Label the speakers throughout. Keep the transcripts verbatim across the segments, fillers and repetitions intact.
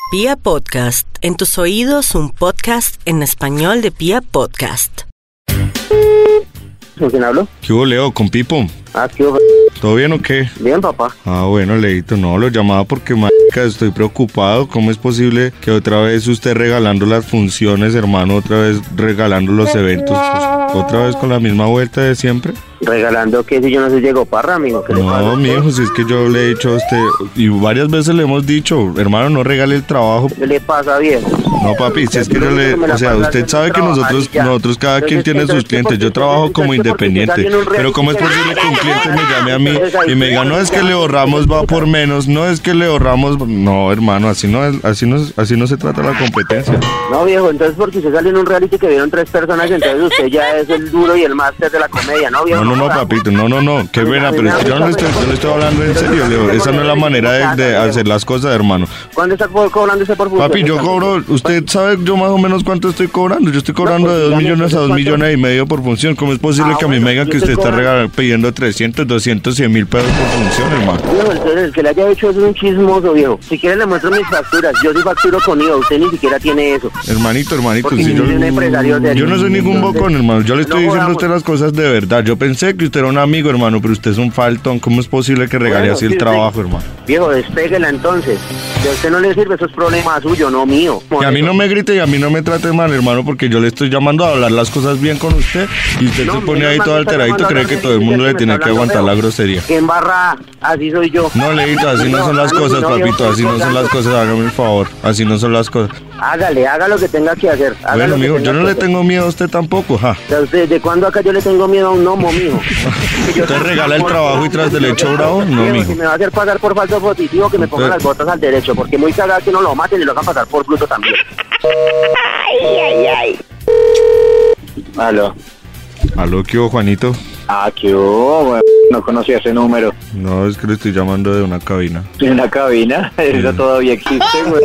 Speaker 1: Pia Podcast, en tus oídos un podcast en español de Pia Podcast.
Speaker 2: ¿Con quién hablo?
Speaker 3: ¿Qué hubo, Leo? ¿Con Pipo?
Speaker 2: Ah, ¿qué hubo?
Speaker 3: ¿Todo bien o qué?
Speaker 2: Bien, papá.
Speaker 3: Ah, bueno, Leito, no, lo llamaba porque, marica, estoy preocupado. ¿Cómo es posible que otra vez usted regalando las funciones, hermano, otra vez regalando los eventos, pues, otra vez con la misma vuelta de siempre?
Speaker 2: ¿Regalando qué? Si yo no soy Diego Parra, amigo. ¿Qué le pasa?
Speaker 3: No, mijo, si es que yo le he dicho a usted, y varias veces le hemos dicho, hermano, no regale el trabajo.
Speaker 2: ¿Qué le pasa, viejo?
Speaker 3: No, papi, si es que yo le... O sea, usted sabe que nosotros, nosotros cada quien tiene sus clientes. Yo trabajo como independiente, pero ¿cómo es posible que un cliente me llame a mí y me diga, no es que le ahorramos va por menos, no es que le ahorramos... No, hermano, así no es, así no, así no se trata la competencia.
Speaker 2: No, viejo, entonces porque usted salió en un reality que vieron tres personas, entonces usted ya es el duro y el máster de la comedia, ¿no, viejo?
Speaker 3: No, no, no, papito, no, no, no, qué pena, pero yo no le estoy, yo le estoy hablando en serio, Leo. Esa no es la manera de, de hacer las cosas, hermano.
Speaker 2: ¿Cuándo está co- cobrando usted por función?
Speaker 3: Papi, yo cobro, usted sabe yo más o menos cuánto estoy cobrando. Yo estoy cobrando de dos millones a dos millones y medio por función. ¿Cómo es posible que a mí me digan que usted está regalando, pidiendo trescientos, doscientos, cien mil pesos por función, hermano?
Speaker 2: Viejo, entonces el que le haya hecho eso es un chismoso, viejo. Si quiere le muestro mis facturas. Yo sí facturo con I V A, usted ni siquiera tiene eso.
Speaker 3: Hermanito, hermanito,
Speaker 2: Porque
Speaker 3: si yo,
Speaker 2: yo soy un empresario de
Speaker 3: yo no soy ningún
Speaker 2: entonces,
Speaker 3: bocón, hermano. Yo le estoy
Speaker 2: no
Speaker 3: diciendo a
Speaker 2: jodamos.
Speaker 3: usted las cosas de verdad. Yo pensé que usted era un amigo, hermano, pero usted es un faltón. ¿Cómo es posible que regale
Speaker 2: Bueno,
Speaker 3: así el
Speaker 2: sí,
Speaker 3: trabajo,
Speaker 2: sí.
Speaker 3: hermano?
Speaker 2: Viejo, despéguela entonces. Si a usted no le sirve, eso es problema suyo, no mío.
Speaker 3: Y a mí no me grite y a mí no me trate mal, hermano, porque yo le estoy llamando a hablar las cosas bien con usted y usted
Speaker 2: No,
Speaker 3: se pone
Speaker 2: menos
Speaker 3: ahí
Speaker 2: mal
Speaker 3: todo
Speaker 2: que está
Speaker 3: alteradito,
Speaker 2: llamando
Speaker 3: cree
Speaker 2: a
Speaker 3: que
Speaker 2: hablar
Speaker 3: todo el
Speaker 2: bien,
Speaker 3: mundo
Speaker 2: que
Speaker 3: le
Speaker 2: me
Speaker 3: tiene
Speaker 2: está
Speaker 3: que
Speaker 2: hablando
Speaker 3: aguantar la
Speaker 2: feo.
Speaker 3: grosería.
Speaker 2: Que embarra, así soy yo.
Speaker 3: No, Leito, así no son las cosas, papito, así no son las cosas, hágame un favor, así no son las cosas.
Speaker 2: Hágale, haga lo que tenga que hacer. Haga
Speaker 3: Bueno,
Speaker 2: lo que
Speaker 3: mijo,
Speaker 2: tenga
Speaker 3: yo no
Speaker 2: que
Speaker 3: le
Speaker 2: hacer.
Speaker 3: tengo miedo a usted tampoco, ja.
Speaker 2: O sea, usted, ¿de cuándo acá yo le tengo miedo a un gnomo, mijo?
Speaker 3: ¿Usted regala el trabajo y tras del hecho bravo? No,
Speaker 2: Viejo,
Speaker 3: mijo.
Speaker 2: si me va a hacer pasar por falso positivo, que me pongan
Speaker 3: Usted-
Speaker 2: las botas al derecho, porque muy cagado que no lo maten y lo hagan pasar por bruto también. Ay, ay, ay. Aló.
Speaker 3: ¿Aló, qué hubo, Juanito?
Speaker 4: Ah, qué hubo, güey. No conocía ese número.
Speaker 3: No, es que le estoy llamando de una cabina.
Speaker 4: ¿En la cabina? Eso todavía existe, güey.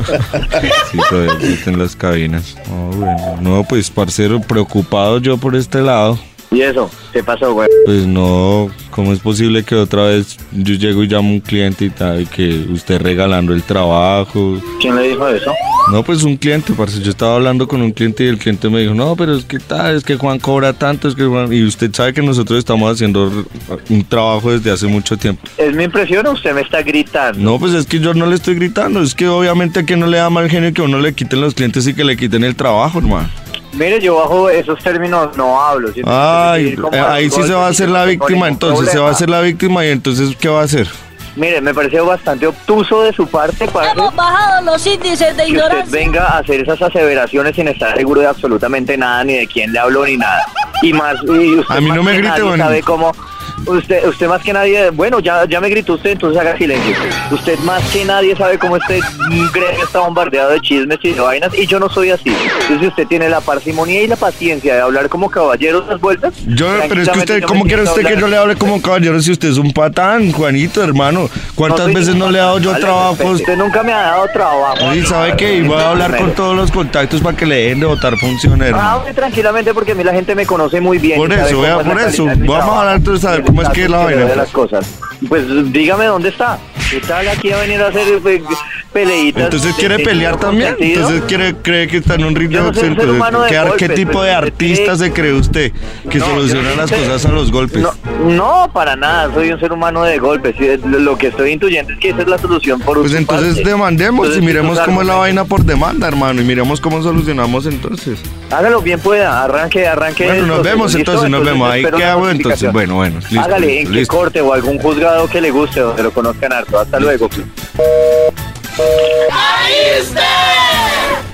Speaker 3: Sí, todavía existen las cabinas. Oh, bueno. No, pues, parcero, preocupado yo por este lado.
Speaker 4: ¿Y eso? ¿Qué pasó, güey?
Speaker 3: Pues no, ¿cómo es posible que otra vez yo llego y llamo a un cliente y tal, y que usted regalando el trabajo?
Speaker 4: ¿Quién le dijo eso?
Speaker 3: No, pues un cliente, parce, yo estaba hablando con un cliente y el cliente me dijo, no, pero es que tal, es que Juan cobra tanto, es que Juan... Y usted sabe que nosotros estamos haciendo un trabajo desde hace mucho tiempo.
Speaker 4: ¿Es mi impresión o usted me está gritando?
Speaker 3: No, pues es que yo no le estoy gritando, es que obviamente que no le da mal genio que a uno le quiten los clientes y que le quiten el trabajo, hermano.
Speaker 4: Mire, yo bajo esos términos no hablo. ¿Sí?
Speaker 3: Ay,
Speaker 4: Como
Speaker 3: eh, ahí sí
Speaker 4: golpes
Speaker 3: se va a
Speaker 4: y
Speaker 3: hacer
Speaker 4: no
Speaker 3: la
Speaker 4: tengo
Speaker 3: víctima,
Speaker 4: ningún
Speaker 3: entonces se va a
Speaker 4: problema.
Speaker 3: hacer la víctima y entonces ¿qué va a hacer?
Speaker 4: Mire, me pareció bastante obtuso de su parte, parce,
Speaker 5: Hemos bajado los índices de
Speaker 4: que usted
Speaker 5: ignorancia.
Speaker 4: venga a hacer esas aseveraciones sin estar seguro de absolutamente nada, ni de quién le habló, ni nada. Y más, y usted
Speaker 3: A mí no
Speaker 4: más
Speaker 3: me
Speaker 4: que
Speaker 3: grite,
Speaker 4: nadie
Speaker 3: bueno.
Speaker 4: sabe cómo... Usted, usted más que nadie, bueno, ya, ya me gritó usted, entonces haga silencio. Usted más que nadie sabe cómo este gremio está bombardeado de chismes y de vainas, y yo no soy así. Entonces usted tiene la parsimonía y la paciencia de hablar como caballero las vueltas.
Speaker 3: Yo, pero es que usted,
Speaker 4: Tranquilamente,
Speaker 3: ¿cómo
Speaker 4: yo me
Speaker 3: quiere
Speaker 4: siento
Speaker 3: usted
Speaker 4: a
Speaker 3: que yo
Speaker 4: hablar.
Speaker 3: le hable como caballero si usted es un patán, Juanito, hermano? ¿Cuántas
Speaker 4: soy
Speaker 3: veces
Speaker 4: ningún
Speaker 3: no le he dado yo
Speaker 4: patán,
Speaker 3: trabajos?
Speaker 4: vale, Usted nunca me ha dado trabajo.
Speaker 3: Y sabe que y voy a hablar con todos los contactos para que le dejen de votar funciones, hermano.
Speaker 4: Hable tranquilamente porque a mí la gente me conoce muy bien.
Speaker 3: Por
Speaker 4: y sabe
Speaker 3: eso,
Speaker 4: cómo
Speaker 3: vea,
Speaker 4: es la
Speaker 3: por
Speaker 4: calidad
Speaker 3: eso.
Speaker 4: de mi
Speaker 3: Vamos a
Speaker 4: trabajo
Speaker 3: hablar entonces a ver
Speaker 4: y el
Speaker 3: cómo es que
Speaker 4: estatus
Speaker 3: la
Speaker 4: le
Speaker 3: vaina,
Speaker 4: doy de
Speaker 3: pues.
Speaker 4: las cosas. Pues dígame dónde está. ¿Está aquí a venir a hacer pues, peleitas?
Speaker 3: Entonces quiere
Speaker 4: de
Speaker 3: pelear
Speaker 4: sentido
Speaker 3: también.
Speaker 4: consentido?
Speaker 3: Entonces quiere, cree que está en un ring de
Speaker 4: Yo no soy un
Speaker 3: boxeo.
Speaker 4: ser humano
Speaker 3: Entonces,
Speaker 4: de
Speaker 3: ¿qué, ar-
Speaker 4: golpes,
Speaker 3: ¿qué tipo
Speaker 4: pero
Speaker 3: de
Speaker 4: usted
Speaker 3: artista
Speaker 4: cree-
Speaker 3: se cree usted que
Speaker 4: No,
Speaker 3: soluciona
Speaker 4: yo no
Speaker 3: las
Speaker 4: sé.
Speaker 3: cosas a los golpes?
Speaker 4: No, no, para nada. Soy un ser humano de golpes. Sí, Lo lo que estoy intuyendo es que esa es la solución por
Speaker 3: Pues
Speaker 4: su
Speaker 3: entonces
Speaker 4: parte.
Speaker 3: demandemos
Speaker 4: Entonces,
Speaker 3: y miremos
Speaker 4: sus
Speaker 3: cómo es la
Speaker 4: argumentos.
Speaker 3: vaina por demanda, hermano, y miremos cómo solucionamos entonces.
Speaker 4: Hágalo bien pueda. Arranque, arranque.
Speaker 3: Bueno,
Speaker 4: el
Speaker 3: nos
Speaker 4: proceso,
Speaker 3: vemos
Speaker 4: ¿listo?
Speaker 3: entonces, nos vemos.
Speaker 4: yo
Speaker 3: Ahí
Speaker 4: espero una
Speaker 3: quedamos entonces.
Speaker 4: notificación.
Speaker 3: Bueno, bueno, listo.
Speaker 4: Hágale
Speaker 3: listo,
Speaker 4: en qué
Speaker 3: listo.
Speaker 4: corte o algún juzgado que le guste, donde lo conozcan harto. Hasta luego.
Speaker 5: ¡Ahí está!